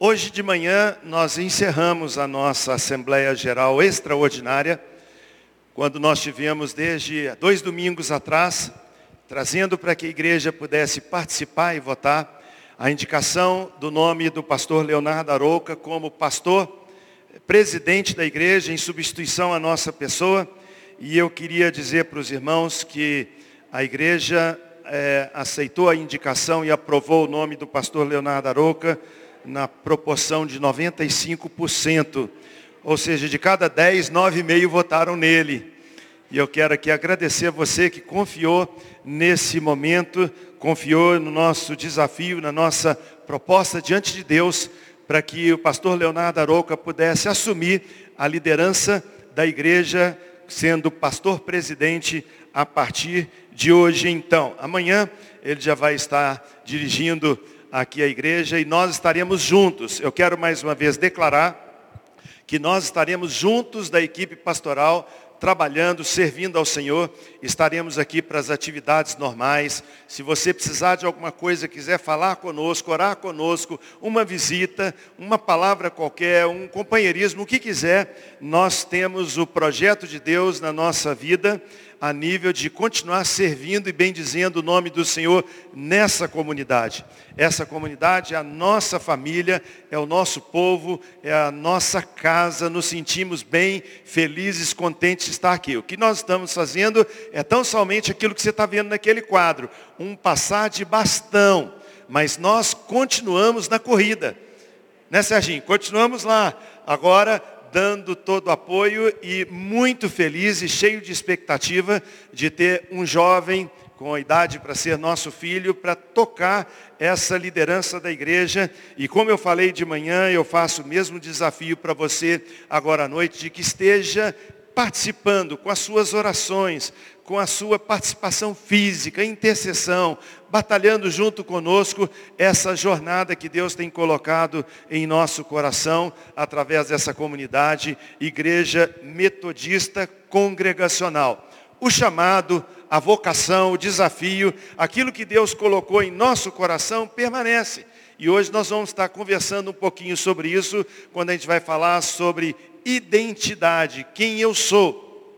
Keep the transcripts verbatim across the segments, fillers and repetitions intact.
Hoje de manhã nós encerramos a nossa Assembleia Geral Extraordinária, quando nós tivemos desde dois domingos atrás, trazendo para que a igreja pudesse participar e votar a indicação do nome do pastor Leonardo Arouca como pastor presidente da igreja, em substituição à nossa pessoa. E eu queria dizer para os irmãos que a igreja é, aceitou a indicação e aprovou o nome do pastor Leonardo Arouca na proporção de noventa e cinco por cento. Ou seja, de cada dez, nove e meio votaram nele. E eu quero aqui agradecer a você que confiou nesse momento, confiou no nosso desafio, na nossa proposta diante de Deus, para que o pastor Leonardo Arouca pudesse assumir a liderança da igreja, sendo pastor presidente a partir de hoje. Então, amanhã ele já vai estar dirigindo aqui a igreja e nós estaremos juntos. Eu quero mais uma vez declarar que nós estaremos juntos da equipe pastoral, trabalhando, servindo ao Senhor. Estaremos aqui para as atividades normais. Se você precisar de alguma coisa, quiser falar conosco, orar conosco, uma visita, uma palavra qualquer, um companheirismo, o que quiser, nós temos o projeto de Deus na nossa vida, a nível de continuar servindo e bendizendo o nome do Senhor nessa comunidade. Essa comunidade é a nossa família, é o nosso povo, é a nossa casa. Nos sentimos bem, felizes, contentes de estar aqui. O que nós estamos fazendo é tão somente aquilo que você está vendo naquele quadro, um passar de bastão, mas nós continuamos na corrida. Né, Serginho? Continuamos lá. Agora, dando todo o apoio e muito feliz e cheio de expectativa de ter um jovem com a idade para ser nosso filho, para tocar essa liderança da igreja. E como eu falei de manhã, eu faço o mesmo desafio para você agora à noite, de que esteja participando com as suas orações, com a sua participação física, intercessão, batalhando junto conosco essa jornada que Deus tem colocado em nosso coração, através dessa comunidade, Igreja Metodista Congregacional. O chamado, a vocação, o desafio, aquilo que Deus colocou em nosso coração permanece. E hoje nós vamos estar conversando um pouquinho sobre isso, quando a gente vai falar sobre identidade, quem eu sou.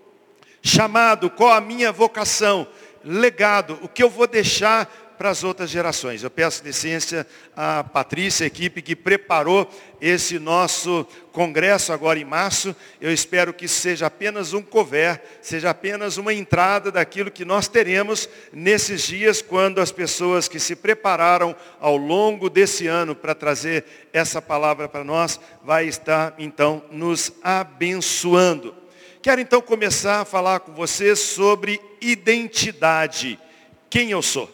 Chamado, qual a minha vocação, legado, o que eu vou deixar para as outras gerações. Eu peço licença à Patrícia, a equipe que preparou esse nosso congresso agora em março. Eu espero que seja apenas um cover, seja apenas uma entrada daquilo que nós teremos nesses dias, quando as pessoas que se prepararam ao longo desse ano para trazer essa palavra para nós, vai estar então nos abençoando. Quero então começar a falar com vocês sobre identidade. Quem eu sou?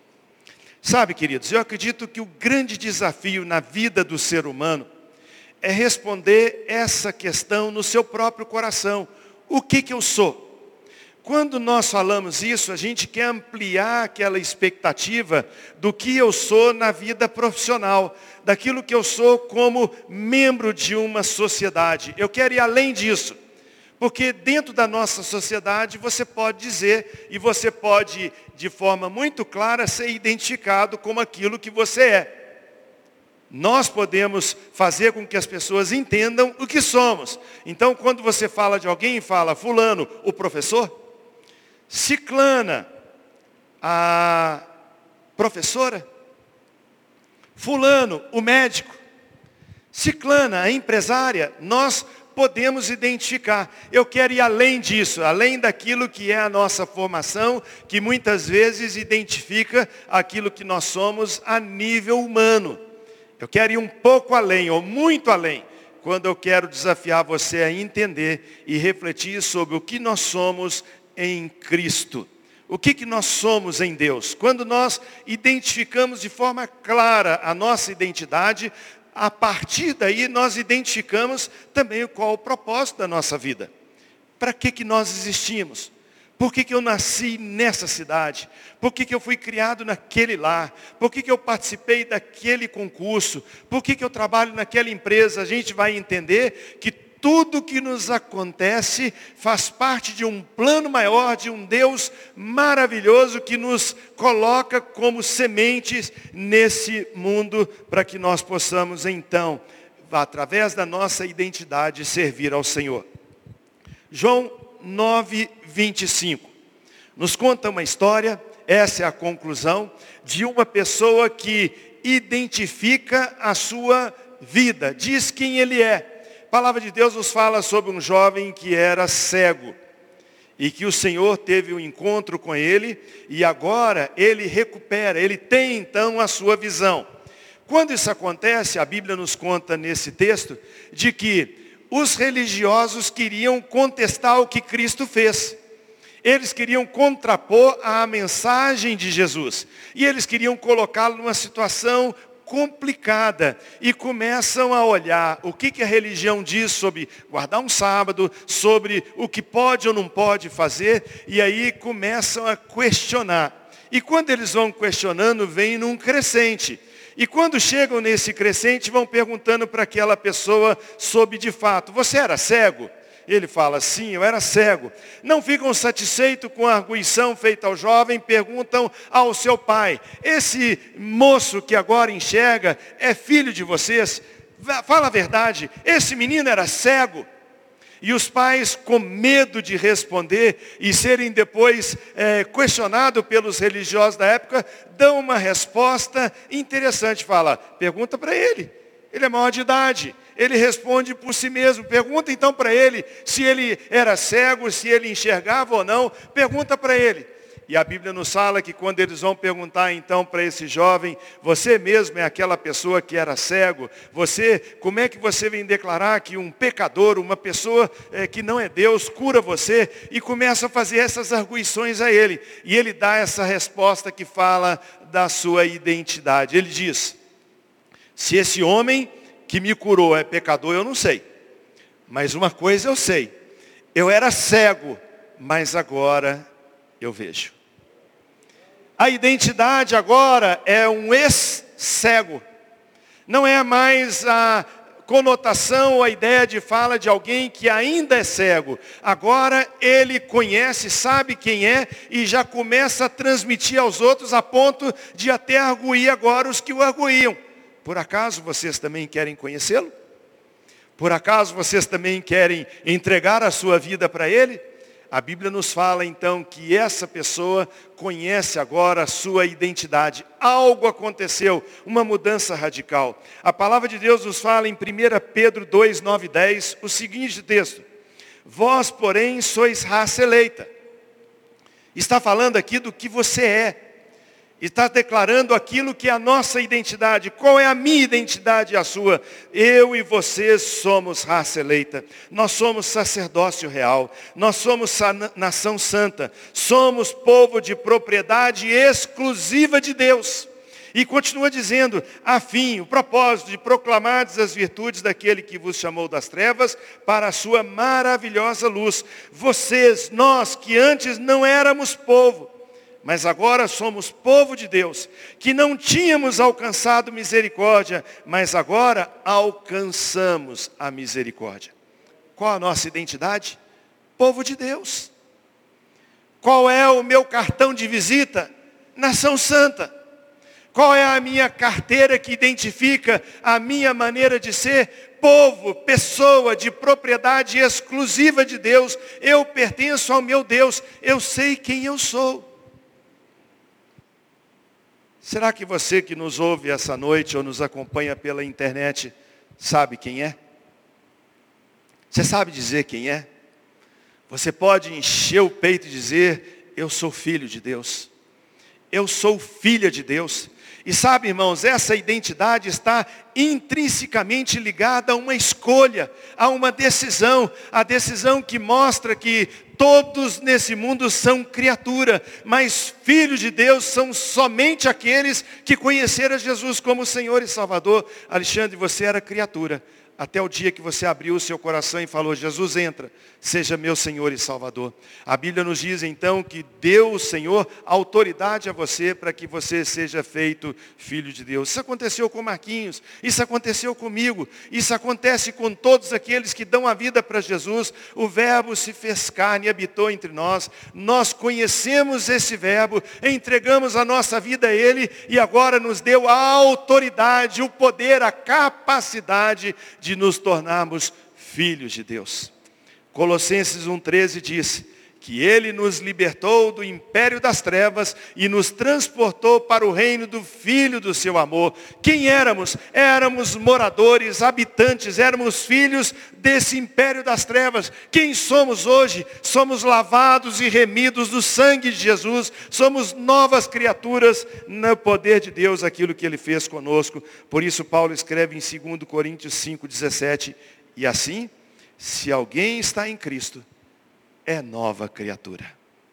Sabe, queridos, eu acredito que o grande desafio na vida do ser humano é responder essa questão no seu próprio coração. O que que eu sou? Quando nós falamos isso, a gente quer ampliar aquela expectativa do que eu sou na vida profissional, daquilo que eu sou como membro de uma sociedade. Eu quero ir além disso. Porque dentro da nossa sociedade você pode dizer, e você pode, de forma muito clara, ser identificado como aquilo que você é. Nós podemos fazer com que as pessoas entendam o que somos. Então, quando você fala de alguém, fala fulano, o professor, ciclana, a professora, fulano, o médico, ciclana, a empresária. Nós podemos identificar. Eu quero ir além disso, além daquilo que é a nossa formação, que muitas vezes identifica aquilo que nós somos a nível humano. Eu quero ir um pouco além, ou muito além, quando eu quero desafiar você a entender e refletir sobre o que nós somos em Cristo. O que que nós somos em Deus? Quando nós identificamos de forma clara a nossa identidade, a partir daí nós identificamos também qual o propósito da nossa vida. Para que que nós existimos? Por que que eu nasci nessa cidade? Por que que eu fui criado naquele lar? Por que que eu participei daquele concurso? Por que que eu trabalho naquela empresa? A gente vai entender que tudo que nos acontece faz parte de um plano maior, de um Deus maravilhoso que nos coloca como sementes nesse mundo para que nós possamos então, através da nossa identidade, servir ao Senhor. João nove, vinte e cinco. Nos conta uma história, essa é a conclusão, de uma pessoa que identifica a sua vida, diz quem ele é. A palavra de Deus nos fala sobre um jovem que era cego e que o Senhor teve um encontro com ele e agora ele recupera, ele tem então a sua visão. Quando isso acontece, a Bíblia nos conta nesse texto de que os religiosos queriam contestar o que Cristo fez. Eles queriam contrapor a mensagem de Jesus e eles queriam colocá-lo numa situação complicada e começam a olhar o que, que a religião diz sobre guardar um sábado, sobre o que pode ou não pode fazer, e aí começam a questionar. E quando eles vão questionando, vem num crescente. E quando chegam nesse crescente, vão perguntando para aquela pessoa sobre de fato, você era cego? Ele fala, sim, eu era cego. Não ficam satisfeitos com a arguição feita ao jovem, perguntam ao seu pai, esse moço que agora enxerga é filho de vocês? Fala a verdade, esse menino era cego? E os pais, com medo de responder e serem depois é, questionados pelos religiosos da época, dão uma resposta interessante. Fala, pergunta para ele, ele é maior de idade. Ele responde por si mesmo. Pergunta então para ele se ele era cego, se ele enxergava ou não. Pergunta para ele. E a Bíblia nos fala que quando eles vão perguntar então para esse jovem, você mesmo é aquela pessoa que era cego? Você, como é que você vem declarar que um pecador, uma pessoa é, que não é Deus, cura você? E começa a fazer essas arguições a ele. E ele dá essa resposta que fala da sua identidade. Ele diz, se esse homem que me curou é pecador, eu não sei. Mas uma coisa eu sei. Eu era cego, mas agora eu vejo. A identidade agora é um ex-cego. Não é mais a conotação ou a ideia de fala de alguém que ainda é cego. Agora ele conhece, sabe quem é e já começa a transmitir aos outros a ponto de até arguir agora os que o arguíam. Por acaso vocês também querem conhecê-lo? Por acaso vocês também querem entregar a sua vida para ele? A Bíblia nos fala então que essa pessoa conhece agora a sua identidade. Algo aconteceu, uma mudança radical. A palavra de Deus nos fala em primeira Pedro dois, nove e dez, o seguinte texto. Vós, porém, sois raça eleita. Está falando aqui do que você é. Está declarando aquilo que é a nossa identidade. Qual é a minha identidade e a sua? Eu e vocês somos raça eleita. Nós somos sacerdócio real. Nós somos nação santa. Somos povo de propriedade exclusiva de Deus. E continua dizendo, a fim, o propósito de proclamar as virtudes daquele que vos chamou das trevas para a sua maravilhosa luz. Vocês, nós que antes não éramos povo, mas agora somos povo de Deus, que não tínhamos alcançado misericórdia, mas agora alcançamos a misericórdia. Qual a nossa identidade? Povo de Deus. Qual é o meu cartão de visita? Nação Santa. Qual é a minha carteira que identifica a minha maneira de ser? Povo, pessoa de propriedade exclusiva de Deus. Eu pertenço ao meu Deus. Eu sei quem eu sou. Será que você que nos ouve essa noite ou nos acompanha pela internet sabe quem é? Você sabe dizer quem é? Você pode encher o peito e dizer, eu sou filho de Deus. Eu sou filha de Deus. E sabe, irmãos, essa identidade está intrinsecamente ligada a uma escolha, a uma decisão. A decisão que mostra que todos nesse mundo são criatura, mas filhos de Deus são somente aqueles que conheceram Jesus como Senhor e Salvador. Alexandre, você era criatura, até o dia que você abriu o seu coração e falou: Jesus, entra, seja meu Senhor e Salvador. A Bíblia nos diz então que deu o Senhor autoridade a você para que você seja feito filho de Deus. Isso aconteceu com Marquinhos, isso aconteceu comigo, isso acontece com todos aqueles que dão a vida para Jesus. O Verbo se fez carne e habitou entre nós. Nós conhecemos esse Verbo, entregamos a nossa vida a Ele e agora nos deu a autoridade, o poder, a capacidade de nos tornarmos filhos de Deus. Colossenses um, treze diz que Ele nos libertou do império das trevas e nos transportou para o reino do Filho do seu amor. Quem éramos? Éramos moradores, habitantes, éramos filhos desse império das trevas. Quem somos hoje? Somos lavados e remidos do sangue de Jesus. Somos novas criaturas no poder de Deus, aquilo que Ele fez conosco. Por isso Paulo escreve em dois Coríntios cinco, dezessete, e assim, se alguém está em Cristo, é nova criatura.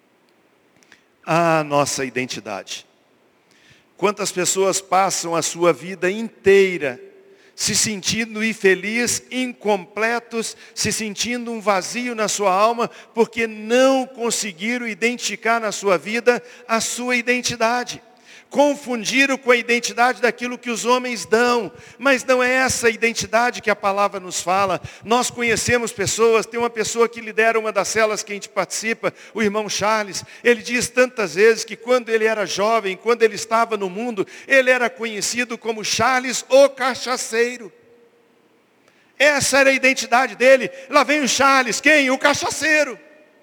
A nossa identidade. Quantas pessoas passam a sua vida inteira se sentindo infeliz, incompletos, se sentindo um vazio na sua alma, porque não conseguiram identificar na sua vida a sua identidade. Confundiram com a identidade daquilo que os homens dão, mas não é essa identidade que a palavra nos fala. Nós conhecemos pessoas, tem uma pessoa que lidera uma das celas que a gente participa, o irmão Charles. Ele diz tantas vezes que quando ele era jovem, quando ele estava no mundo, ele era conhecido como Charles o cachaceiro. Essa era a identidade dele. Lá vem o Charles, quem? O cachaceiro.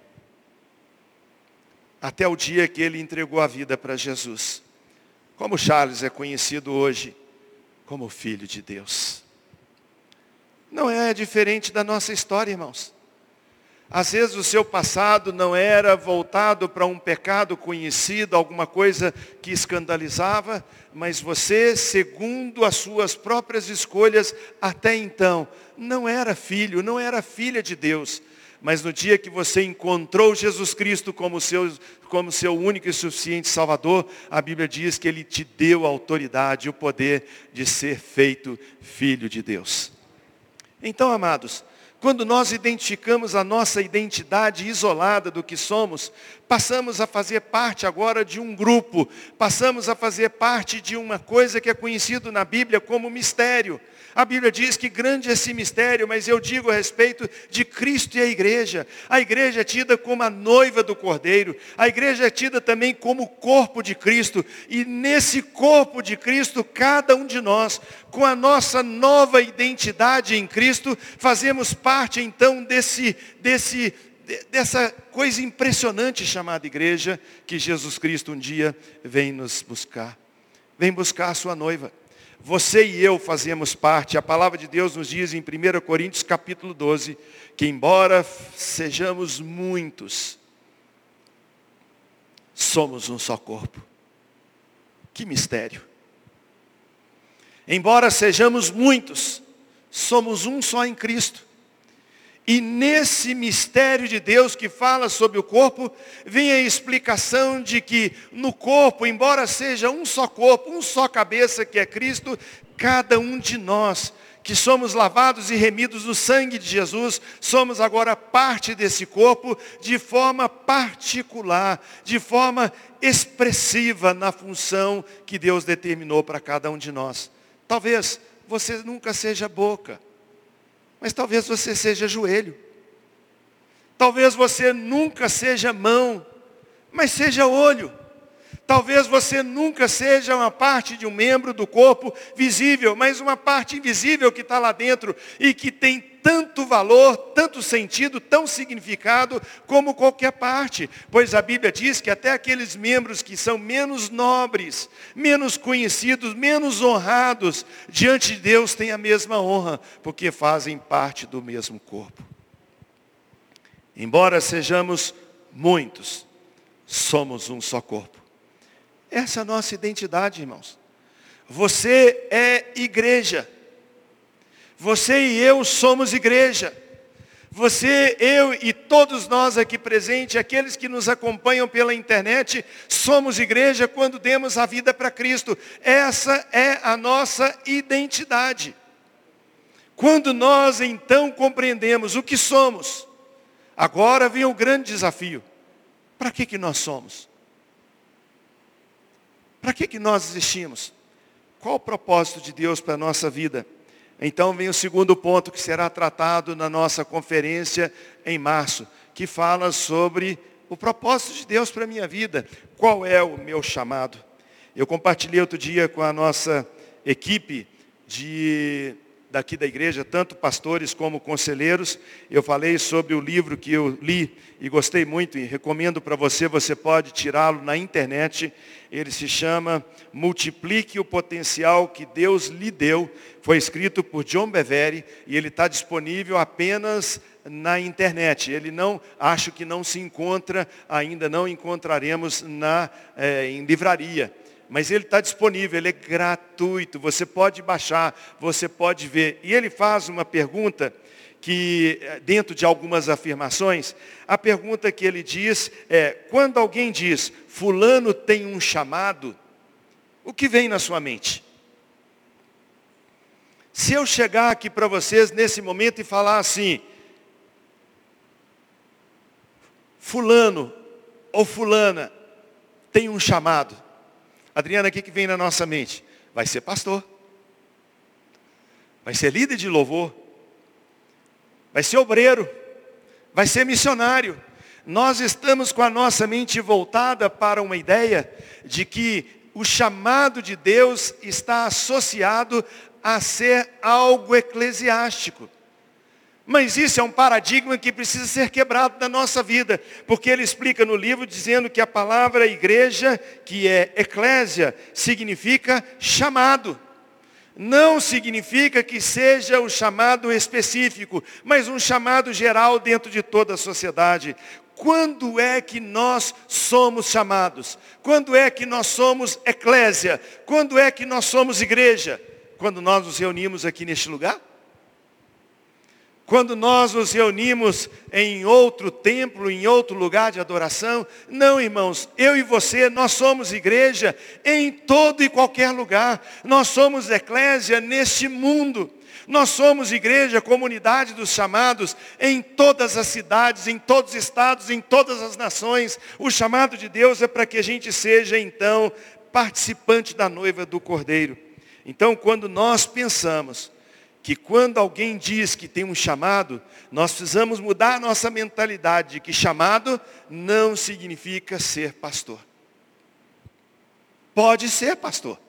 Até o dia que ele entregou a vida para Jesus. Como Charles é conhecido hoje como filho de Deus. Não é diferente da nossa história, irmãos. Às vezes o seu passado não era voltado para um pecado conhecido, alguma coisa que escandalizava, mas você, segundo as suas próprias escolhas, até então, não era filho, não era filha de Deus. Mas no dia que você encontrou Jesus Cristo como seu, como seu único e suficiente Salvador, a Bíblia diz que Ele te deu a autoridade, o poder de ser feito filho de Deus. Então, amados, quando nós identificamos a nossa identidade isolada do que somos, passamos a fazer parte agora de um grupo, passamos a fazer parte de uma coisa que é conhecido na Bíblia como mistério. A Bíblia diz que grande é esse mistério, mas eu digo a respeito de Cristo e a igreja. A igreja é tida como a noiva do Cordeiro. A igreja é tida também como o corpo de Cristo. E nesse corpo de Cristo, cada um de nós, com a nossa nova identidade em Cristo, fazemos parte então desse, desse, dessa coisa impressionante chamada igreja, que Jesus Cristo um dia vem nos buscar. Vem buscar a sua noiva. Você e eu fazemos parte. A palavra de Deus nos diz em primeira Coríntios capítulo doze, que embora sejamos muitos, somos um só corpo. Que mistério. Embora sejamos muitos, somos um só em Cristo. E nesse mistério de Deus que fala sobre o corpo, vem a explicação de que no corpo, embora seja um só corpo, um só cabeça que é Cristo, cada um de nós que somos lavados e remidos no sangue de Jesus, somos agora parte desse corpo de forma particular, de forma expressiva na função que Deus determinou para cada um de nós. Talvez você nunca seja boca, mas talvez você seja joelho. Talvez você nunca seja mão, mas seja olho. Talvez você nunca seja uma parte de um membro do corpo visível, mas uma parte invisível que está lá dentro e que tem tanto valor, tanto sentido, tão significado como qualquer parte. Pois a Bíblia diz que até aqueles membros que são menos nobres, menos conhecidos, menos honrados, diante de Deus têm a mesma honra, porque fazem parte do mesmo corpo. Embora sejamos muitos, somos um só corpo. Essa é a nossa identidade, irmãos. Você é igreja. Você e eu somos igreja. Você, eu e todos nós aqui presentes, aqueles que nos acompanham pela internet, somos igreja quando demos a vida para Cristo. Essa é a nossa identidade. Quando nós então compreendemos o que somos, agora vem o grande desafio. Para que que nós somos? Para que que nós existimos? Qual o propósito de Deus para a nossa vida? Então vem o segundo ponto que será tratado na nossa conferência em março, que fala sobre o propósito de Deus para a minha vida. Qual é o meu chamado? Eu compartilhei outro dia com a nossa equipe de, daqui da igreja, tanto pastores como conselheiros. Eu falei sobre o livro que eu li e gostei muito e recomendo para você, você pode tirá-lo na internet. Ele se chama Multiplique o Potencial que Deus lhe deu. Foi escrito por John Bevere e ele está disponível apenas na internet. Ele não, acho que não se encontra, ainda não encontraremos na, é, em livraria. Mas ele está disponível, ele é gratuito, você pode baixar, você pode ver. E ele faz uma pergunta que, dentro de algumas afirmações, a pergunta que ele diz é, quando alguém diz, fulano tem um chamado, o que vem na sua mente? Se eu chegar aqui para vocês nesse momento e falar assim, fulano ou fulana tem um chamado, Adriana, o que que vem na nossa mente? Vai ser pastor, vai ser líder de louvor, vai ser obreiro, vai ser missionário. Nós estamos com a nossa mente voltada para uma ideia de que o chamado de Deus está associado a ser algo eclesiástico. Mas isso é um paradigma que precisa ser quebrado na nossa vida, porque ele explica no livro dizendo que a palavra igreja, que é eclésia, significa chamado. Não significa que seja o chamado específico, mas um chamado geral dentro de toda a sociedade. Quando é que nós somos chamados? Quando é que nós somos eclésia? Quando é que nós somos igreja? Quando nós nos reunimos aqui neste lugar? Quando nós nos reunimos em outro templo, em outro lugar de adoração? Não, irmãos, eu e você, nós somos igreja em todo e qualquer lugar. Nós somos eclésia neste mundo. Nós somos igreja, comunidade dos chamados, em todas as cidades, em todos os estados, em todas as nações. O chamado de Deus é para que a gente seja, então, participante da noiva do Cordeiro. Então, quando nós pensamos que quando alguém diz que tem um chamado, nós precisamos mudar a nossa mentalidade de que chamado não significa ser pastor. Pode ser pastor.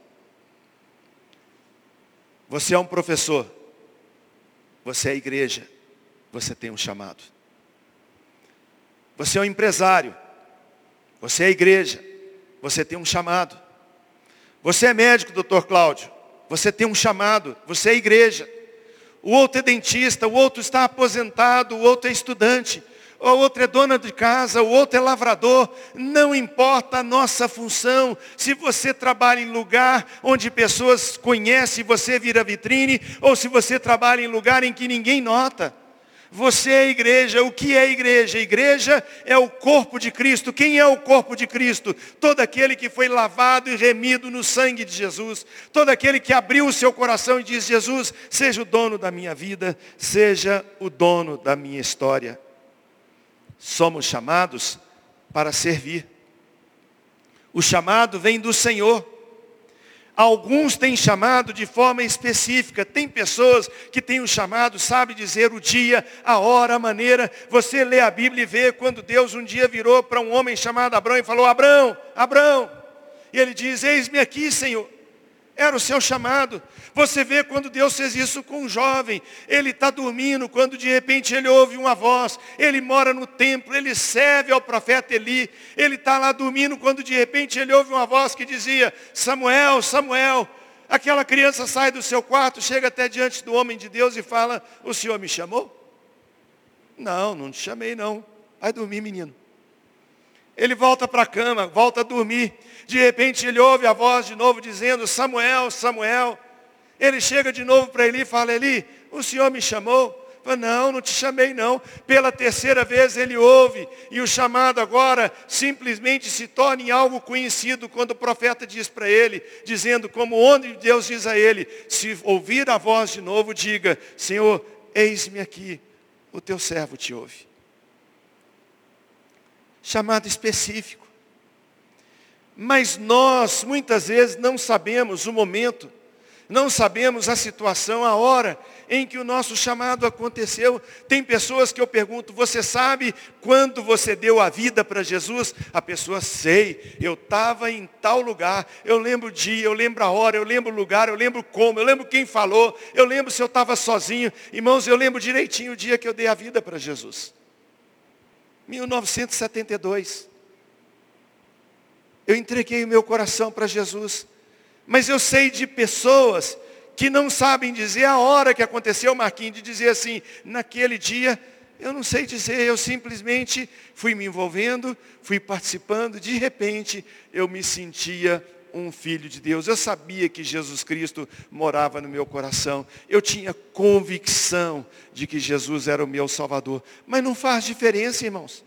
Você é um professor, você é igreja, você tem um chamado. Você é um empresário, você é igreja, você tem um chamado. Você é médico, doutor Cláudio, você tem um chamado, você é igreja. O outro é dentista, o outro está aposentado, o outro é estudante, o outro é dona de casa, o outro é lavrador. Não importa a nossa função. Se você trabalha em lugar onde pessoas conhecem, você vira vitrine, ou se você trabalha em lugar em que ninguém nota. Você é igreja. O que é igreja? Igreja é o corpo de Cristo. Quem é o corpo de Cristo? Todo aquele que foi lavado e remido no sangue de Jesus. Todo aquele que abriu o seu coração e diz, Jesus, seja o dono da minha vida, seja o dono da minha história. Somos chamados para servir. O chamado vem do Senhor. Alguns têm chamado de forma específica. Tem pessoas que têm um chamado, sabe dizer o dia, a hora, a maneira. Você lê a Bíblia e vê quando Deus um dia virou para um homem chamado Abrão e falou, Abrão, Abrão. E ele diz, eis-me aqui, Senhor. Era o seu chamado. Você vê quando Deus fez isso com um jovem. Ele está dormindo, quando de repente ele ouve uma voz. Ele mora no templo, ele serve ao profeta Eli. Ele está lá dormindo, quando de repente ele ouve uma voz que dizia, Samuel, Samuel. Aquela criança sai do seu quarto, chega até diante do homem de Deus e fala, o Senhor me chamou? Não, não te chamei não. Vai dormir, menino. Ele volta para a cama, volta a dormir. De repente ele ouve a voz de novo dizendo, Samuel, Samuel. Ele chega de novo para Eli e fala, Eli, o Senhor me chamou? Fala, não, não te chamei não. Pela terceira vez ele ouve, e o chamado agora simplesmente se torna em algo conhecido, quando o profeta diz para ele, dizendo como onde Deus diz a ele, se ouvir a voz de novo, diga, Senhor, eis-me aqui, o teu servo te ouve. Chamado específico. Mas nós, muitas vezes, não sabemos o momento, não sabemos a situação, a hora em que o nosso chamado aconteceu. Tem pessoas que eu pergunto, você sabe quando você deu a vida para Jesus? A pessoa, sei, eu estava em tal lugar, eu lembro o dia, eu lembro a hora, eu lembro o lugar, eu lembro como, eu lembro quem falou, eu lembro se eu estava sozinho. Irmãos, eu lembro direitinho o dia que eu dei a vida para Jesus. mil novecentos e setenta e dois. Eu entreguei o meu coração para Jesus. Mas eu sei de pessoas que não sabem dizer a hora que aconteceu, Marquinhos, de dizer assim, naquele dia, eu não sei dizer, eu simplesmente fui me envolvendo, fui participando, de repente eu me sentia um filho de Deus. Eu sabia que Jesus Cristo morava no meu coração. Eu tinha convicção de que Jesus era o meu Salvador. Mas não faz diferença, irmãos.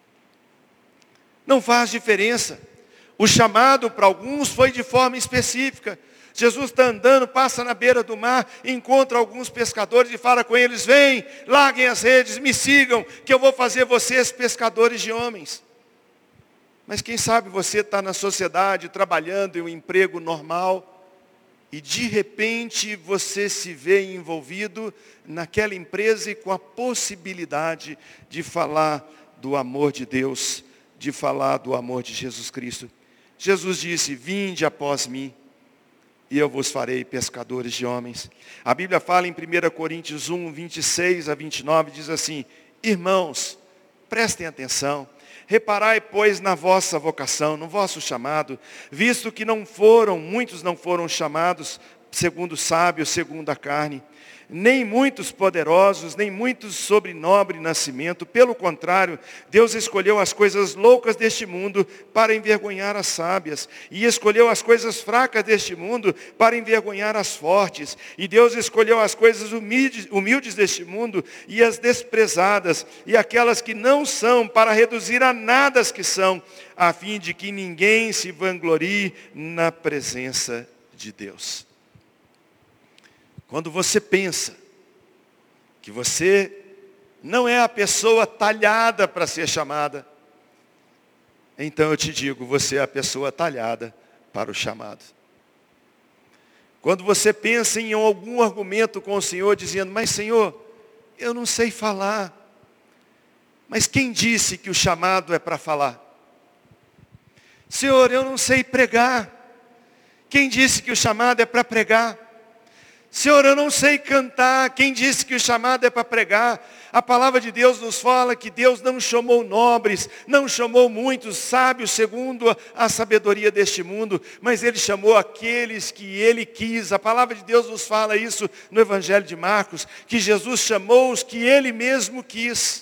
Não faz diferença. O chamado para alguns foi de forma específica. Jesus está andando, passa na beira do mar, encontra alguns pescadores e fala com eles, vem, larguem as redes, me sigam, que eu vou fazer vocês pescadores de homens. Mas quem sabe você está na sociedade, trabalhando em um emprego normal, e de repente você se vê envolvido naquela empresa e com a possibilidade de falar do amor de Deus, de falar do amor de Jesus Cristo. Jesus disse, vinde após mim, e eu vos farei pescadores de homens. A Bíblia fala em primeira Coríntios um, vinte e seis a vinte e nove, diz assim, irmãos, prestem atenção, reparai, pois, na vossa vocação, no vosso chamado, visto que não foram, muitos não foram chamados segundo sábios, segundo a carne, nem muitos poderosos, nem muitos sobre nobre nascimento. Pelo contrário, Deus escolheu as coisas loucas deste mundo para envergonhar as sábias. E escolheu as coisas fracas deste mundo para envergonhar as fortes. E Deus escolheu as coisas humildes, humildes deste mundo e as desprezadas. E aquelas que não são para reduzir a nada as que são, a fim de que ninguém se vanglorie na presença de Deus. Quando você pensa que você não é a pessoa talhada para ser chamada, então eu te digo, você é a pessoa talhada para o chamado. Quando você pensa em algum argumento com o Senhor, dizendo, mas Senhor, eu não sei falar. Mas quem disse que o chamado é para falar? Senhor, eu não sei pregar. Quem disse que o chamado é para pregar? Senhor, eu não sei cantar. Quem disse que o chamado é para pregar? A palavra de Deus nos fala que Deus não chamou nobres, não chamou muitos sábios segundo a, a sabedoria deste mundo, mas Ele chamou aqueles que Ele quis. A palavra de Deus nos fala isso no Evangelho de Marcos, que Jesus chamou os que Ele mesmo quis.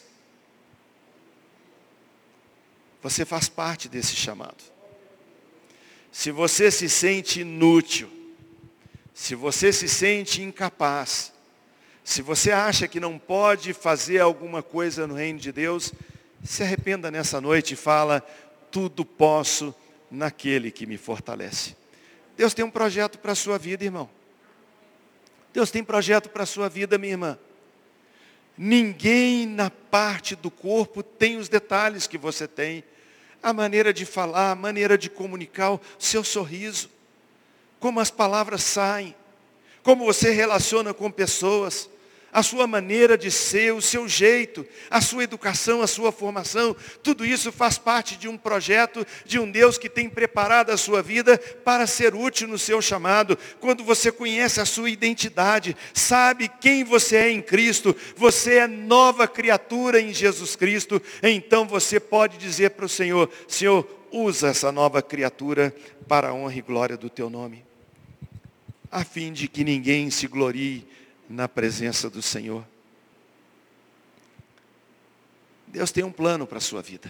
Você faz parte desse chamado. Se você se sente inútil, se você se sente incapaz, se você acha que não pode fazer alguma coisa no reino de Deus, se arrependa nessa noite e fala, tudo posso naquele que me fortalece. Deus tem um projeto para a sua vida, irmão. Deus tem projeto para a sua vida, minha irmã. Ninguém na parte do corpo tem os detalhes que você tem. A maneira de falar, a maneira de comunicar, o seu sorriso. Como as palavras saem, como você relaciona com pessoas, a sua maneira de ser, o seu jeito, a sua educação, a sua formação, tudo isso faz parte de um projeto de um Deus que tem preparado a sua vida para ser útil no seu chamado. Quando você conhece a sua identidade, sabe quem você é em Cristo, você é nova criatura em Jesus Cristo, então você pode dizer para o Senhor, Senhor, usa essa nova criatura para a honra e glória do teu nome, a fim de que ninguém se glorie na presença do Senhor. Deus tem um plano para a sua vida.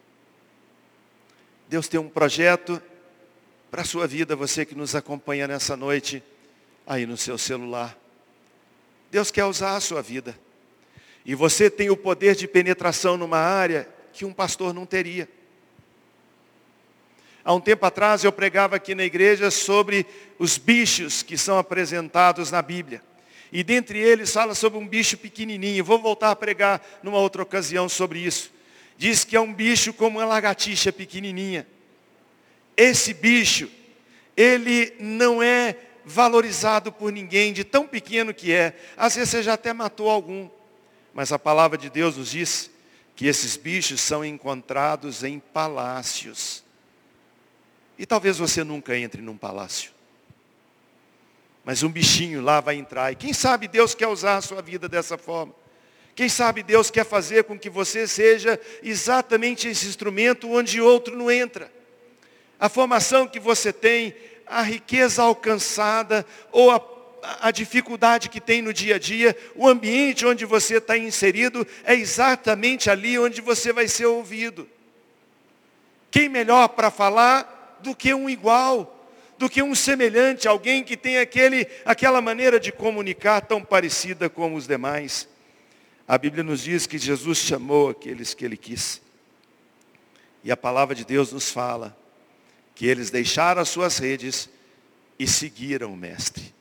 Deus tem um projeto para a sua vida, você que nos acompanha nessa noite, aí no seu celular. Deus quer usar a sua vida. E você tem o poder de penetração numa área que um pastor não teria. Há um tempo atrás eu pregava aqui na igreja sobre os bichos que são apresentados na Bíblia. E dentre eles fala sobre um bicho pequenininho. Vou voltar a pregar numa outra ocasião sobre isso. Diz que é um bicho como uma lagartixa pequenininha. Esse bicho, ele não é valorizado por ninguém, de tão pequeno que é. Às vezes você já até matou algum. Mas a palavra de Deus nos diz que esses bichos são encontrados em palácios. E talvez você nunca entre num palácio. Mas um bichinho lá vai entrar. E quem sabe Deus quer usar a sua vida dessa forma. Quem sabe Deus quer fazer com que você seja exatamente esse instrumento onde outro não entra. A formação que você tem, a riqueza alcançada, ou a, a dificuldade que tem no dia a dia, o ambiente onde você está inserido, é exatamente ali onde você vai ser ouvido. Quem melhor para falar do que um igual, do que um semelhante, alguém que tem aquele, aquela maneira de comunicar tão parecida como os demais. A Bíblia nos diz que Jesus chamou aqueles que Ele quis. E a palavra de Deus nos fala que eles deixaram as suas redes e seguiram o Mestre.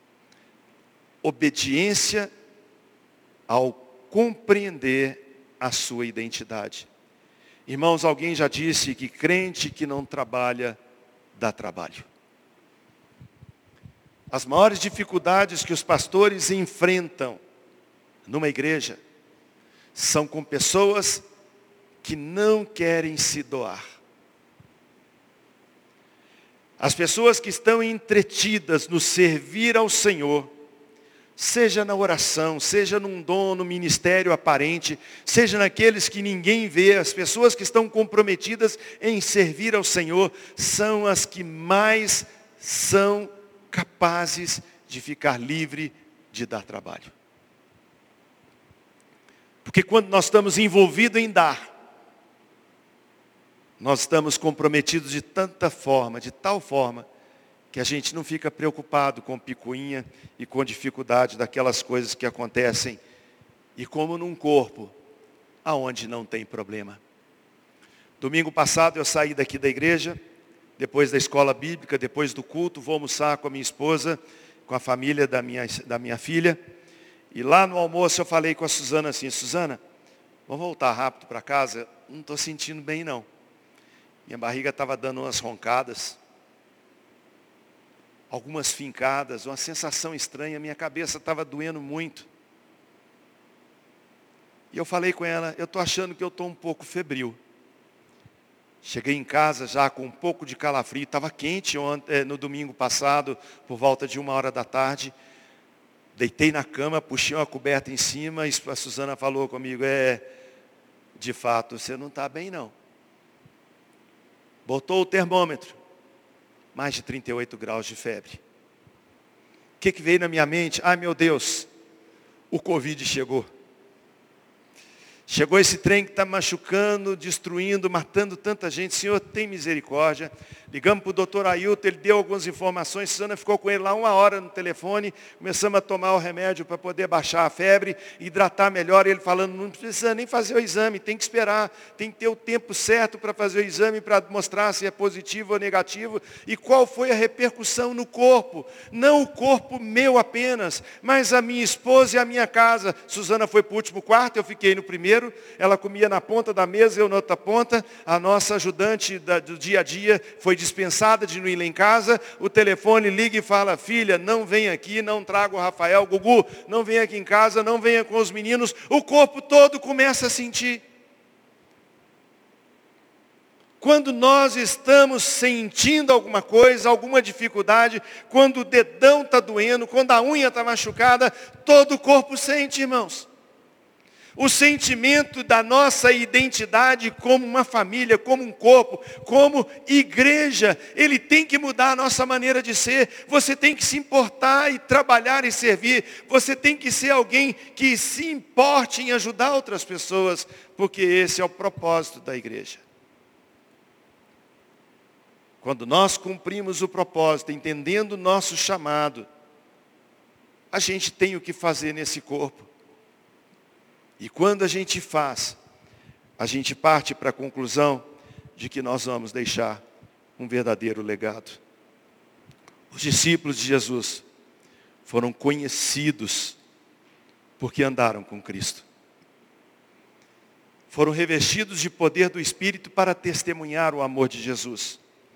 Obediência ao compreender a sua identidade. Irmãos, alguém já disse que crente que não trabalha, dá trabalho. As maiores dificuldades que os pastores enfrentam numa igreja são com pessoas que não querem se doar. As pessoas que estão entretidas no servir ao Senhor, seja na oração, seja num dom, no ministério aparente, seja naqueles que ninguém vê, as pessoas que estão comprometidas em servir ao Senhor, são as que mais são capazes de ficar livre de dar trabalho. Porque quando nós estamos envolvidos em dar, nós estamos comprometidos de tanta forma, de tal forma, que a gente não fica preocupado com picuinha e com dificuldade daquelas coisas que acontecem. E como num corpo, aonde não tem problema. Domingo passado eu saí daqui da igreja, depois da escola bíblica, depois do culto, vou almoçar com a minha esposa, com a família da minha, da minha filha. E lá no almoço eu falei com a Suzana assim, Suzana, vamos voltar rápido para casa? Não estou sentindo bem não. Minha barriga estava dando umas roncadas. Algumas fincadas, uma sensação estranha, minha cabeça estava doendo muito. E eu falei com ela, eu estou achando que eu estou um pouco febril. Cheguei em casa já com um pouco de calafrio, estava quente ontem, no domingo passado, por volta de uma hora da tarde. Deitei na cama, puxei uma coberta em cima, e a Suzana falou comigo, é, de fato, você não está bem não. Botou o termômetro. Mais de trinta e oito graus de febre. O que, que veio na minha mente? Ai meu Deus, o Covid chegou. Chegou esse trem que está machucando, destruindo, matando tanta gente. Senhor, tem misericórdia. Ligamos para o doutor Ailton, ele deu algumas informações. Susana ficou com ele lá uma hora no telefone. Começamos a tomar o remédio para poder baixar a febre, hidratar melhor. Ele falando, não precisa nem fazer o exame, tem que esperar. Tem que ter o tempo certo para fazer o exame, para mostrar se é positivo ou negativo. E qual foi a repercussão no corpo? Não o corpo meu apenas, mas a minha esposa e a minha casa. Susana foi para o último quarto, eu fiquei no primeiro. Ela comia na ponta da mesa, eu na outra ponta. A nossa ajudante da, do dia a dia foi dispensada de não ir lá em casa. O telefone liga e fala, filha, não vem aqui, não traga o Rafael. Gugu, não vem aqui em casa, não venha com os meninos. O corpo todo começa a sentir. Quando nós estamos sentindo alguma coisa, alguma dificuldade, quando o dedão está doendo, quando a unha está machucada, todo o corpo sente, irmãos. O sentimento da nossa identidade como uma família, como um corpo, como igreja, ele tem que mudar a nossa maneira de ser. Você tem que se importar e trabalhar e servir. Você tem que ser alguém que se importe em ajudar outras pessoas, porque esse é o propósito da igreja. Quando nós cumprimos o propósito, entendendo o nosso chamado, a gente tem o que fazer nesse corpo. E quando a gente faz, a gente parte para a conclusão de que nós vamos deixar um verdadeiro legado. Os discípulos de Jesus foram conhecidos porque andaram com Cristo. Foram revestidos de poder do Espírito para testemunhar o amor de Jesus.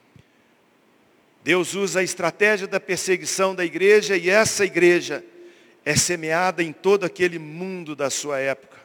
Deus usa a estratégia da perseguição da igreja e essa igreja é semeada em todo aquele mundo da sua época.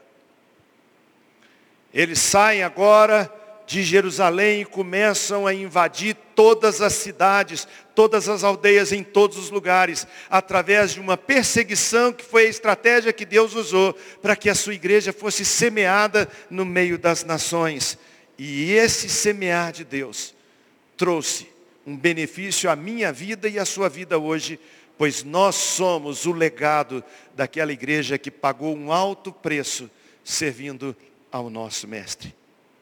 Eles saem agora de Jerusalém e começam a invadir todas as cidades, todas as aldeias, em todos os lugares, através de uma perseguição que foi a estratégia que Deus usou para que a sua igreja fosse semeada no meio das nações. E esse semear de Deus trouxe um benefício à minha vida e à sua vida hoje, pois nós somos o legado daquela igreja que pagou um alto preço servindo ao nosso Mestre.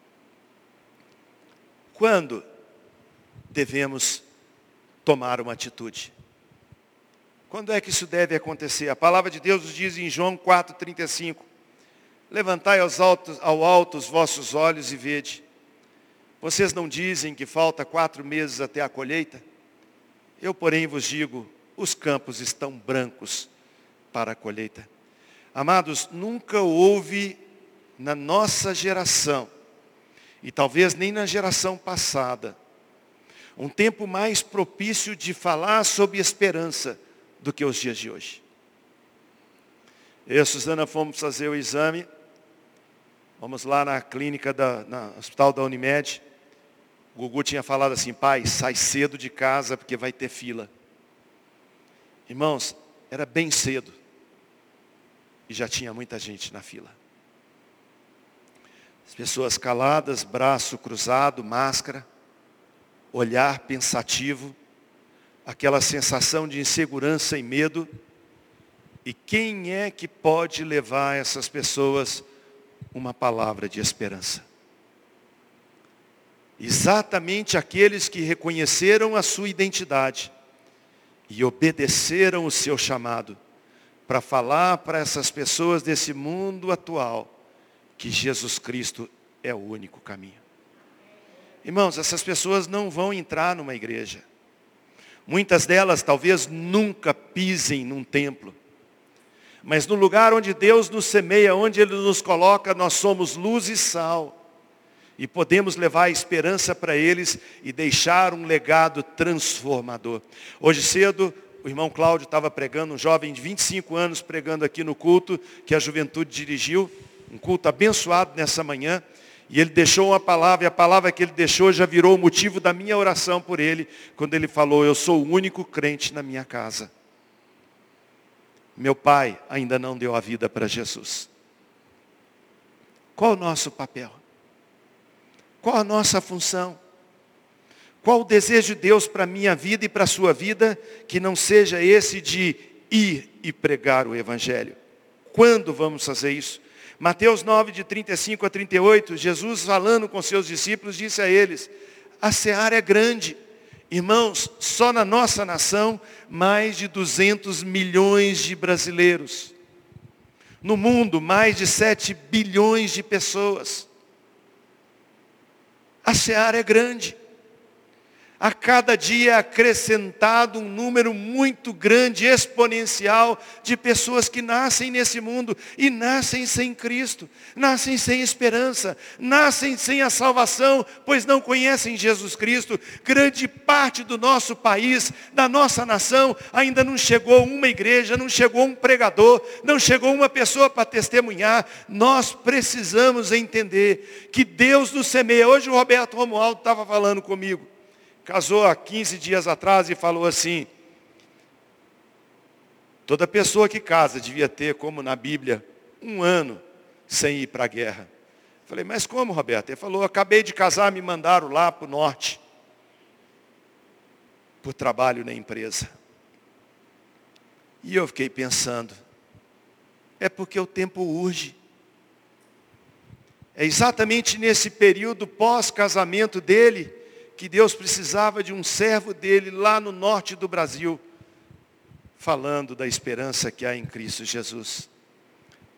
Quando devemos tomar uma atitude? Quando é que isso deve acontecer? A palavra de Deus nos diz em João quatro, trinta e cinco. Levantai aos altos, ao alto os vossos olhos e vede. Vocês não dizem que falta quatro meses até a colheita? Eu, porém, vos digo, os campos estão brancos para a colheita. Amados, nunca houve na nossa geração, e talvez nem na geração passada, um tempo mais propício de falar sobre esperança do que os dias de hoje. Eu e a Suzana fomos fazer o exame, vamos lá na clínica, da, na hospital da Unimed. O Gugu tinha falado assim: pai, sai cedo de casa porque vai ter fila. Irmãos, era bem cedo e já tinha muita gente na fila. As pessoas caladas, braço cruzado, máscara, olhar pensativo, aquela sensação de insegurança e medo. E quem é que pode levar essas pessoas uma palavra de esperança? Exatamente aqueles que reconheceram a sua identidade e obedeceram o seu chamado para falar para essas pessoas desse mundo atual que Jesus Cristo é o único caminho. Irmãos, essas pessoas não vão entrar numa igreja. Muitas delas talvez nunca pisem num templo. Mas no lugar onde Deus nos semeia, onde Ele nos coloca, nós somos luz e sal. E podemos levar a esperança para eles e deixar um legado transformador. Hoje cedo, o irmão Cláudio estava pregando, um jovem de vinte e cinco anos pregando aqui no culto que a juventude dirigiu. Um culto abençoado nessa manhã. E ele deixou uma palavra, e a palavra que ele deixou já virou o motivo da minha oração por ele, quando ele falou: eu sou o único crente na minha casa. Meu pai ainda não deu a vida para Jesus. Qual o nosso papel? Qual a nossa função? Qual o desejo de Deus para a minha vida e para a sua vida, que não seja esse de ir e pregar o Evangelho? Quando vamos fazer isso? Mateus nove, de trinta e cinco a trinta e oito, Jesus falando com seus discípulos, disse a eles: a seara é grande. Irmãos, só na nossa nação, mais de duzentos milhões de brasileiros. No mundo, mais de sete bilhões de pessoas. A seara é grande. A cada dia é acrescentado um número muito grande, exponencial, de pessoas que nascem nesse mundo e nascem sem Cristo, nascem sem esperança, nascem sem a salvação, pois não conhecem Jesus Cristo. Grande parte do nosso país, da nossa nação, ainda não chegou uma igreja, não chegou um pregador, não chegou uma pessoa para testemunhar. Nós precisamos entender que Deus nos semeia. Hoje o Roberto Romualdo estava falando comigo. Casou há quinze dias atrás e falou assim: toda pessoa que casa devia ter, como na Bíblia, um ano sem ir para a guerra. Falei: mas como, Roberto? Ele falou: acabei de casar, me mandaram lá para o norte, por trabalho na empresa. E eu fiquei pensando, é porque o tempo urge. É exatamente nesse período pós-casamento dele, que Deus precisava de um servo dele lá no norte do Brasil, falando da esperança que há em Cristo Jesus.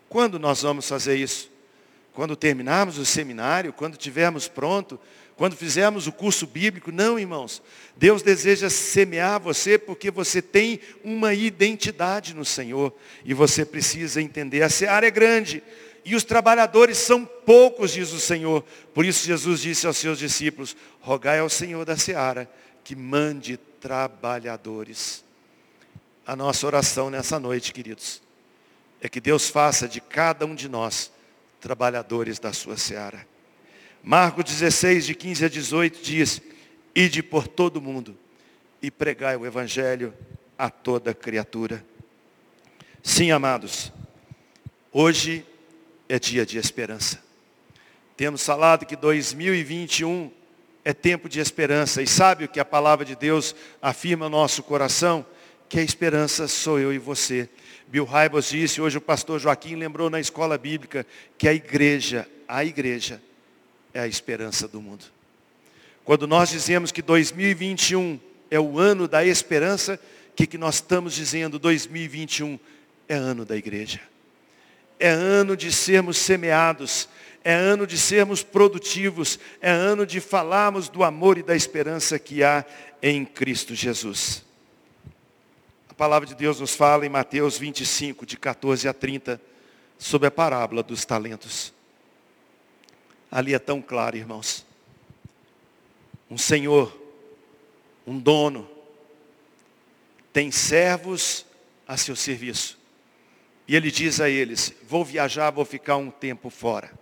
Quando nós vamos fazer isso? Quando terminarmos o seminário, quando tivermos pronto, quando fizermos o curso bíblico? Não, irmãos. Deus deseja semear você porque você tem uma identidade no Senhor. E você precisa entender, a seara é grande e os trabalhadores são poucos, diz o Senhor. Por isso Jesus disse aos seus discípulos: rogai ao Senhor da seara que mande trabalhadores. A nossa oração nessa noite, queridos, é que Deus faça de cada um de nós trabalhadores da sua seara. Marcos dezesseis, de quinze a dezoito diz: ide por todo o mundo e pregai o evangelho a toda criatura. Sim, amados, hoje é dia de esperança. Temos falado que dois mil e vinte e um é tempo de esperança. E sabe o que a palavra de Deus afirma no nosso coração? Que a esperança sou eu e você. Bill Hybels disse, hoje o pastor Joaquim lembrou na escola bíblica, que a igreja, a igreja é a esperança do mundo. Quando nós dizemos que dois mil e vinte e um é o ano da esperança, o que, que nós estamos dizendo? dois mil e vinte e um é ano da igreja. É ano de sermos semeados, é ano de sermos produtivos, é ano de falarmos do amor e da esperança que há em Cristo Jesus. A palavra de Deus nos fala em Mateus vinte e cinco, de quatorze a trinta, sobre a parábola dos talentos. Ali é tão claro, irmãos. Um senhor, um dono, tem servos a seu serviço. E ele diz a eles: vou viajar, vou ficar um tempo fora.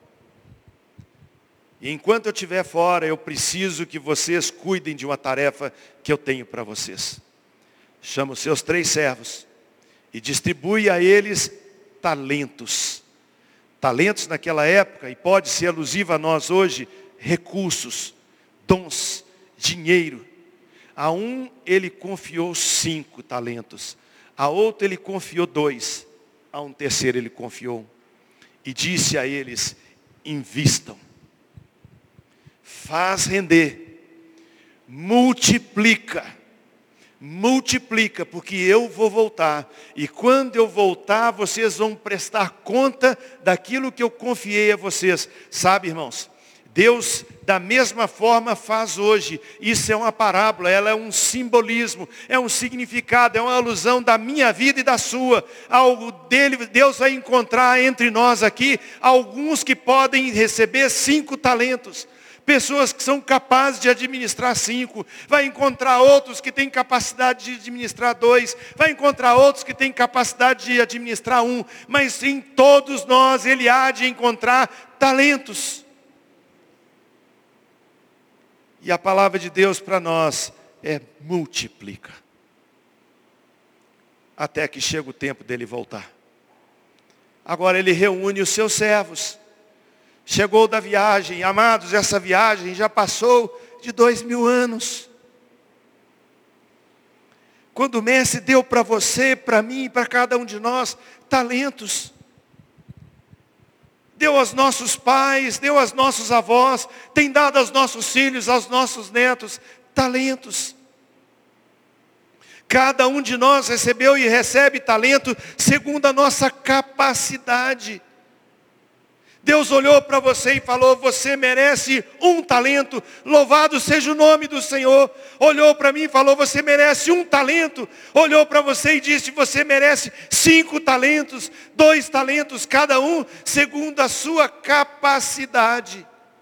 E enquanto eu estiver fora, eu preciso que vocês cuidem de uma tarefa que eu tenho para vocês. Chama os seus três servos e distribui a eles talentos. Talentos naquela época, e pode ser alusivo a nós hoje, recursos, dons, dinheiro. A um ele confiou cinco talentos, a outro ele confiou dois, a um terceiro ele confiou um. E disse a eles: invistam, faz render, multiplica, multiplica, porque eu vou voltar. E quando eu voltar, vocês vão prestar conta daquilo que eu confiei a vocês. Sabe, irmãos, Deus da mesma forma faz hoje. Isso é uma parábola, ela é um simbolismo, é um significado, é uma alusão da minha vida e da sua. Algo dele, Deus vai encontrar entre nós aqui alguns que podem receber cinco talentos. Pessoas que são capazes de administrar cinco. Vai encontrar outros que têm capacidade de administrar dois. Vai encontrar outros que têm capacidade de administrar um. Mas em todos nós ele há de encontrar talentos. E a palavra de Deus para nós é: multiplica. Até que chega o tempo dele voltar. Agora ele reúne os seus servos. Chegou da viagem, amados, essa viagem já passou de dois mil anos. Quando o Mestre deu para você, para mim, para cada um de nós, talentos. Deu aos nossos pais, deu aos nossos avós, tem dado aos nossos filhos, aos nossos netos, talentos. Cada um de nós recebeu e recebe talento segundo a nossa capacidade. Deus olhou para você e falou: você merece um talento, louvado seja o nome do Senhor. Olhou para mim e falou: você merece um talento. Olhou para você e disse: você merece cinco talentos, dois talentos, cada um segundo a sua capacidade.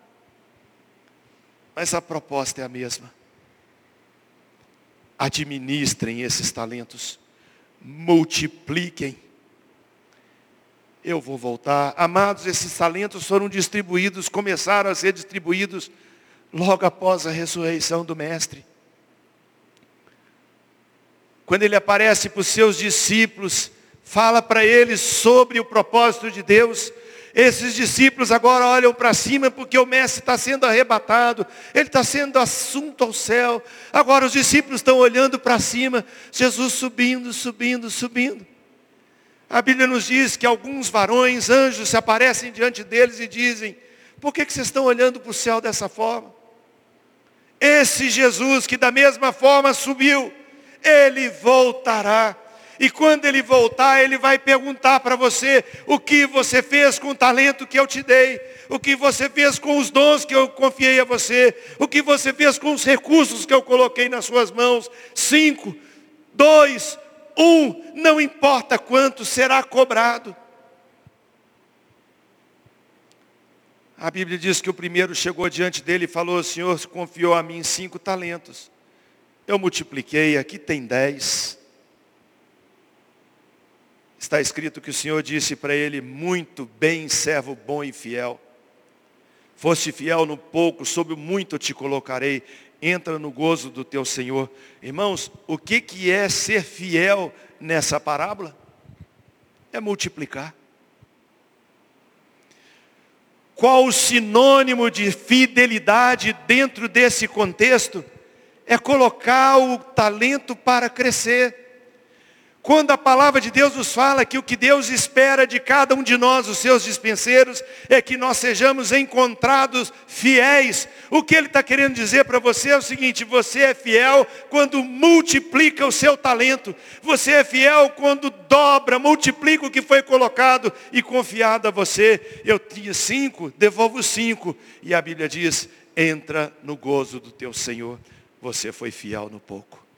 Mas a proposta é a mesma. Administrem esses talentos, multipliquem. Eu vou voltar. Amados, esses talentos foram distribuídos, começaram a ser distribuídos logo após a ressurreição do Mestre. Quando ele aparece para os seus discípulos, fala para eles sobre o propósito de Deus. Esses discípulos agora olham para cima porque o Mestre está sendo arrebatado. Ele está sendo assunto ao céu. Agora os discípulos estão olhando para cima. Jesus subindo, subindo, subindo. A Bíblia nos diz que alguns varões, anjos, se aparecem diante deles e dizem: por que, que vocês estão olhando para o céu dessa forma? Esse Jesus que da mesma forma subiu, ele voltará. E quando ele voltar, ele vai perguntar para você o que você fez com o talento que eu te dei, o que você fez com os dons que eu confiei a você, o que você fez com os recursos que eu coloquei nas suas mãos. Cinco, dois, um, não importa quanto será cobrado. A Bíblia diz que o primeiro chegou diante dele e falou: o Senhor confiou a mim cinco talentos. Eu multipliquei, aqui tem dez. Está escrito que o Senhor disse para ele: muito bem, servo bom e fiel. Foste fiel no pouco, sobre o muito eu te colocarei. Entra no gozo do teu Senhor. Irmãos, o que, que é ser fiel nessa parábola? É multiplicar. Qual o sinônimo de fidelidade dentro desse contexto? É colocar o talento para crescer. Quando a palavra de Deus nos fala que o que Deus espera de cada um de nós, os seus dispenseiros, é que nós sejamos encontrados fiéis. O que Ele está querendo dizer para você é o seguinte: você é fiel quando multiplica o seu talento. Você é fiel quando dobra, multiplica o que foi colocado e confiado a você. Eu tinha cinco, devolvo cinco. E a Bíblia diz: entra no gozo do teu Senhor. Você foi fiel no pouco.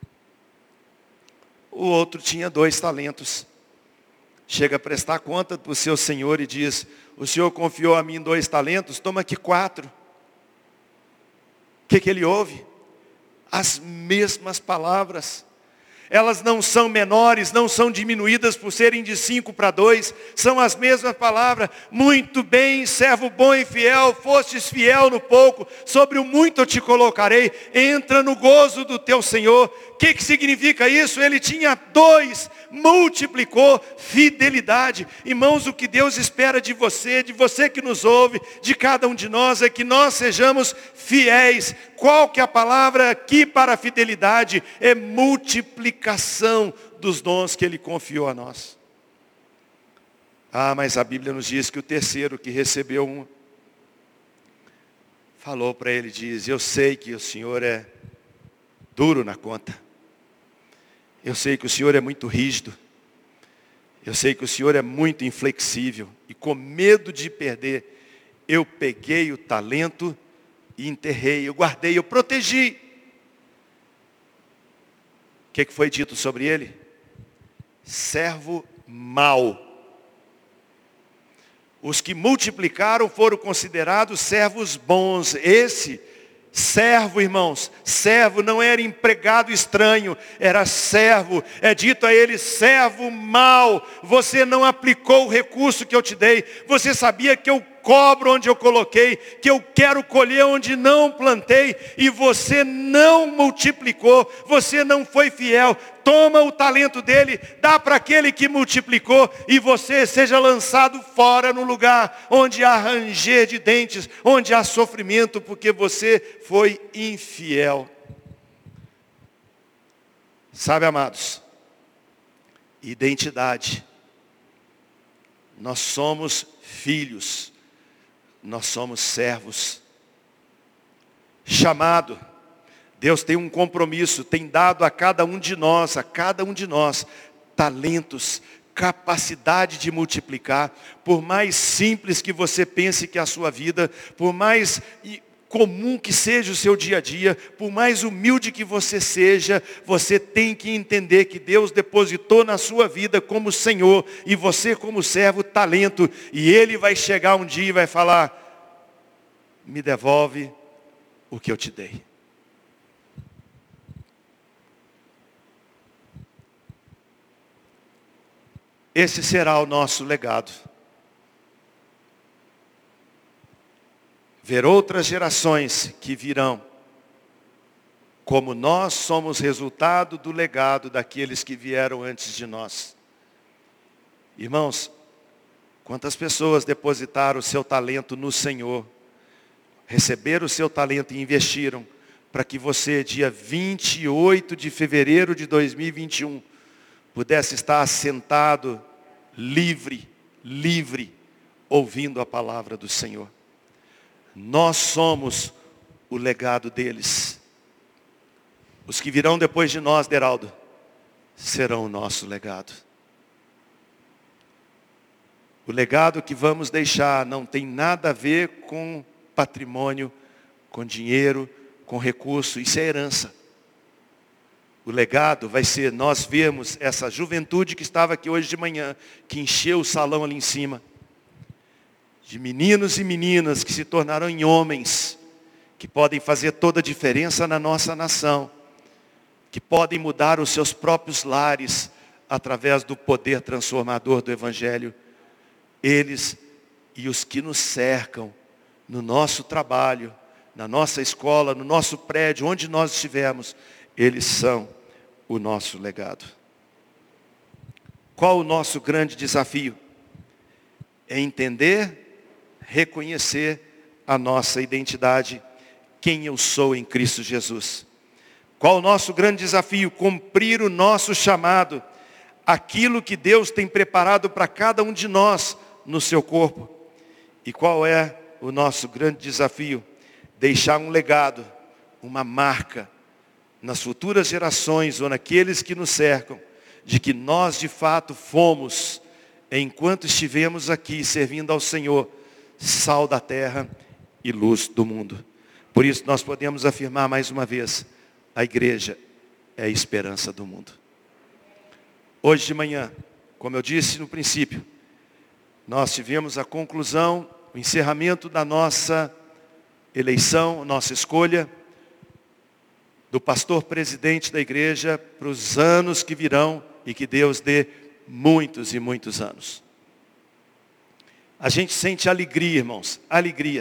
O outro tinha dois talentos. Chega a prestar conta para o seu senhor e diz: o senhor confiou a mim dois talentos, toma aqui quatro. O que, que ele ouve? As mesmas palavras. Elas não são menores, não são diminuídas por serem de cinco para dois. São as mesmas palavras. Muito bem, servo bom e fiel, fostes fiel no pouco, sobre o muito eu te colocarei. Entra no gozo do teu Senhor. O que, que significa isso? Ele tinha dois, multiplicou fidelidade. Irmãos, o que Deus espera de você, de você que nos ouve, de cada um de nós, é que nós sejamos fiéis. Qual que é a palavra aqui para a fidelidade? É multiplicação dos dons que Ele confiou a nós. Ah, mas a Bíblia nos diz que o terceiro que recebeu um, falou para ele, diz: eu sei que o Senhor é duro na conta. Eu sei que o Senhor é muito rígido. Eu sei que o Senhor é muito inflexível. E com medo de perder, eu peguei o talento e enterrei, eu guardei, eu protegi. O que, que foi dito sobre ele? Servo mau. Os que multiplicaram foram considerados servos bons. Esse servo, irmãos, servo não era empregado estranho, era servo. É dito a ele: servo mau, você não aplicou o recurso que eu te dei. Você sabia que eu cobro onde eu coloquei, que eu quero colher onde não plantei, e você não multiplicou, você não foi fiel. Toma o talento dele, dá para aquele que multiplicou, e você seja lançado fora no lugar onde há ranger de dentes, onde há sofrimento, porque você foi infiel. Sabe, amados, identidade. Nós somos filhos. Nós somos servos. Chamado. Deus tem um compromisso, tem dado a cada um de nós, a cada um de nós, talentos, capacidade de multiplicar. Por mais simples que você pense que é a sua vida, por mais comum que seja o seu dia a dia, por mais humilde que você seja, você tem que entender que Deus depositou na sua vida como Senhor, e você como servo, talento, e Ele vai chegar um dia e vai falar: me devolve o que eu te dei. Esse será o nosso legado. Ver outras gerações que virão, como nós somos resultado do legado daqueles que vieram antes de nós. Irmãos, quantas pessoas depositaram o seu talento no Senhor, receberam o seu talento e investiram, para que você, dia vinte e oito de fevereiro de dois mil e vinte e um, pudesse estar assentado, livre, livre, ouvindo a palavra do Senhor. Nós somos o legado deles. Os que virão depois de nós, Deraldo, serão o nosso legado. O legado que vamos deixar não tem nada a ver com patrimônio, com dinheiro, com recurso, isso é herança. O legado vai ser nós vermos essa juventude que estava aqui hoje de manhã, que encheu o salão ali em cima, de meninos e meninas que se tornarão em homens, que podem fazer toda a diferença na nossa nação, que podem mudar os seus próprios lares através do poder transformador do Evangelho. Eles e os que nos cercam, no nosso trabalho, na nossa escola, no nosso prédio, onde nós estivermos, eles são o nosso legado. Qual o nosso grande desafio? É entender, reconhecer a nossa identidade, quem eu sou em Cristo Jesus. Qual o nosso grande desafio? Cumprir o nosso chamado, aquilo que Deus tem preparado para cada um de nós no seu corpo. E qual é o nosso grande desafio? Deixar um legado, uma marca, nas futuras gerações ou naqueles que nos cercam, de que nós de fato fomos, enquanto estivemos aqui servindo ao Senhor, sal da terra e luz do mundo. Por isso nós podemos afirmar mais uma vez, a igreja é a esperança do mundo. Hoje de manhã, como eu disse no princípio, nós tivemos a conclusão, o encerramento da nossa eleição, nossa escolha, do pastor presidente da igreja para os anos que virão e que Deus dê muitos e muitos anos. A gente sente alegria, irmãos, alegria.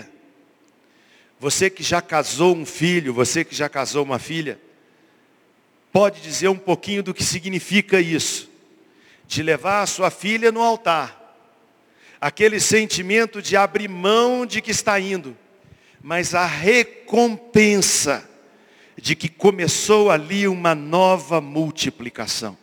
Você que já casou um filho, você que já casou uma filha, pode dizer um pouquinho do que significa isso, de levar a sua filha no altar, aquele sentimento de abrir mão de que está indo, mas a recompensa de que começou ali uma nova multiplicação.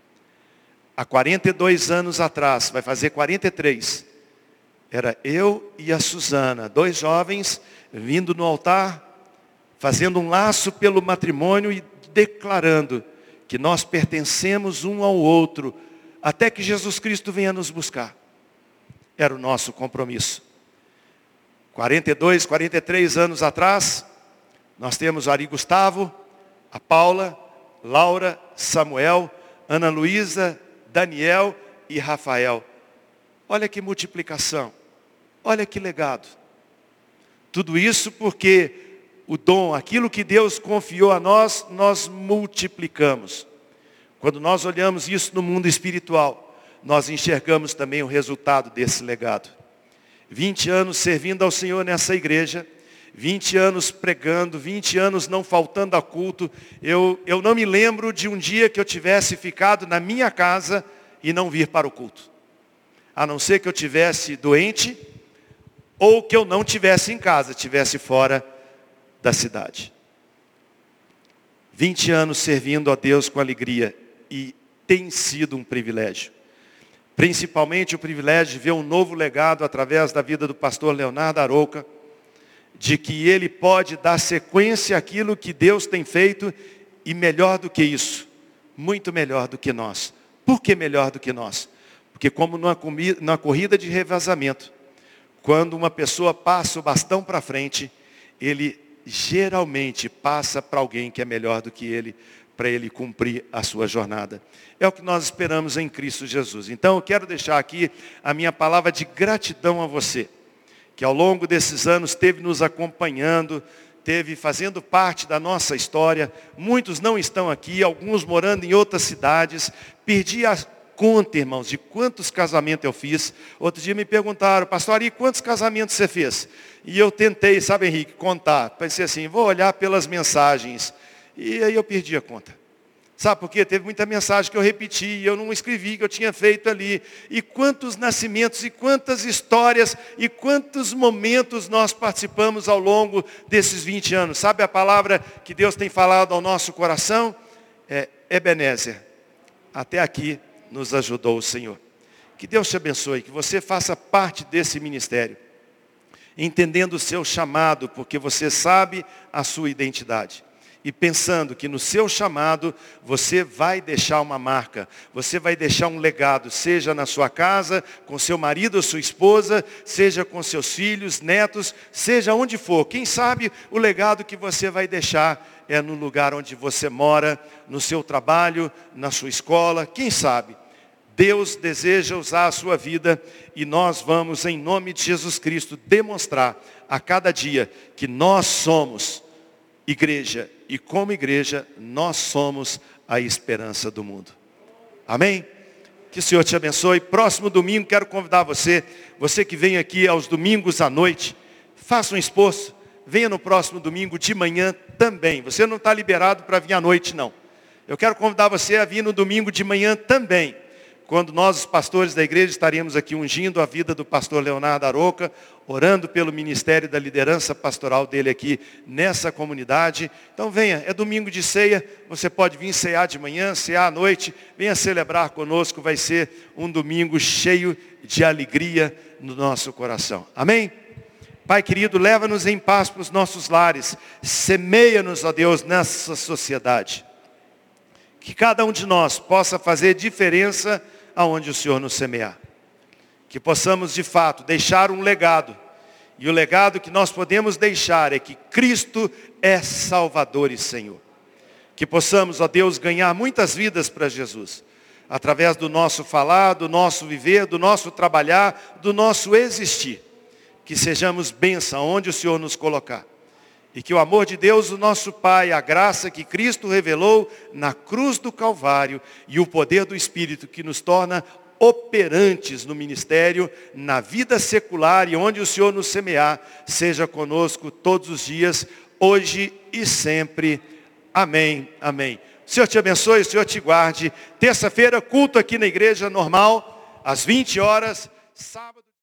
Há quarenta e dois anos atrás, vai fazer quarenta e três, era eu e a Suzana, dois jovens vindo no altar, fazendo um laço pelo matrimônio e declarando que nós pertencemos um ao outro, até que Jesus Cristo venha nos buscar. Era o nosso compromisso. quarenta e dois, quarenta e três anos atrás, nós temos o Ari Gustavo, a Paula, Laura, Samuel, Ana Luísa, Daniel e Rafael. Olha que multiplicação, olha que legado. Tudo isso porque o dom, aquilo que Deus confiou a nós, nós multiplicamos. Quando nós olhamos isso no mundo espiritual, nós enxergamos também o resultado desse legado. vinte anos servindo ao Senhor nessa igreja, vinte anos pregando, vinte anos não faltando a culto. Eu, eu não me lembro de um dia que eu tivesse ficado na minha casa e não vir para o culto. A não ser que eu tivesse doente, ou que eu não tivesse em casa, estivesse fora da cidade. vinte anos servindo a Deus com alegria, e tem sido um privilégio. Principalmente o privilégio de ver um novo legado através da vida do pastor Leonardo Arouca, de que ele pode dar sequência àquilo que Deus tem feito, e melhor do que isso, muito melhor do que nós. Por que melhor do que nós? Porque como numa, comida, numa corrida de revezamento, quando uma pessoa passa o bastão para frente, ele geralmente passa para alguém que é melhor do que ele, para ele cumprir a sua jornada. É o que nós esperamos em Cristo Jesus. Então eu quero deixar aqui a minha palavra de gratidão a você, que ao longo desses anos esteve nos acompanhando, esteve fazendo parte da nossa história. Muitos não estão aqui, alguns morando em outras cidades. Perdi a conta, irmãos, de quantos casamentos eu fiz. Outro dia me perguntaram, pastor Ari, quantos casamentos você fez? E eu tentei, sabe, Henrique, contar. Pensei assim, vou olhar pelas mensagens. E aí eu perdi a conta. Sabe por quê? Teve muita mensagem que eu repeti, e eu não escrevi, que eu tinha feito ali. E quantos nascimentos, e quantas histórias, e quantos momentos nós participamos ao longo desses vinte anos. Sabe a palavra que Deus tem falado ao nosso coração? É Ebenezer. Até aqui nos ajudou o Senhor. Que Deus te abençoe, que você faça parte desse ministério, entendendo o seu chamado, porque você sabe a sua identidade. e pensando que no seu chamado você vai deixar uma marca, você vai deixar um legado, seja na sua casa, com seu marido ou sua esposa, seja com seus filhos, netos, seja onde for. Quem sabe o legado que você vai deixar é no lugar onde você mora, no seu trabalho, na sua escola, quem sabe. Deus deseja usar a sua vida e nós vamos, em nome de Jesus Cristo, demonstrar a cada dia que nós somos igreja e como igreja nós somos a esperança do mundo. Amém? Que o Senhor te abençoe. Próximo domingo quero convidar você, você que vem aqui aos domingos à noite, faça um esforço, venha no próximo domingo de manhã também. Você não está liberado para vir à noite não. Eu quero convidar você a vir no domingo de manhã também. Quando nós, os pastores da igreja, estaremos aqui ungindo a vida do pastor Leonardo Aroca, orando pelo ministério da liderança pastoral dele aqui nessa comunidade. Então venha, é domingo de ceia, você pode vir cear de manhã, cear à noite, venha celebrar conosco, vai ser um domingo cheio de alegria no nosso coração. Amém? Pai querido, leva-nos em paz para os nossos lares, semeia-nos, ó Deus, nessa sociedade. Que cada um de nós possa fazer diferença aonde o Senhor nos semear. Que possamos de fato deixar um legado. E o legado que nós podemos deixar é que Cristo é Salvador e Senhor. Que possamos, ó Deus, ganhar muitas vidas para Jesus. Através do nosso falar, do nosso viver, do nosso trabalhar, do nosso existir. Que sejamos bênção onde o Senhor nos colocar. E que o amor de Deus, o nosso Pai, a graça que Cristo revelou na cruz do Calvário e o poder do Espírito que nos torna operantes no ministério, na vida secular e onde o Senhor nos semear, seja conosco todos os dias, hoje e sempre. Amém, amém. O Senhor te abençoe, o Senhor te guarde. Terça-feira, culto aqui na igreja normal, às vinte horas, sábado.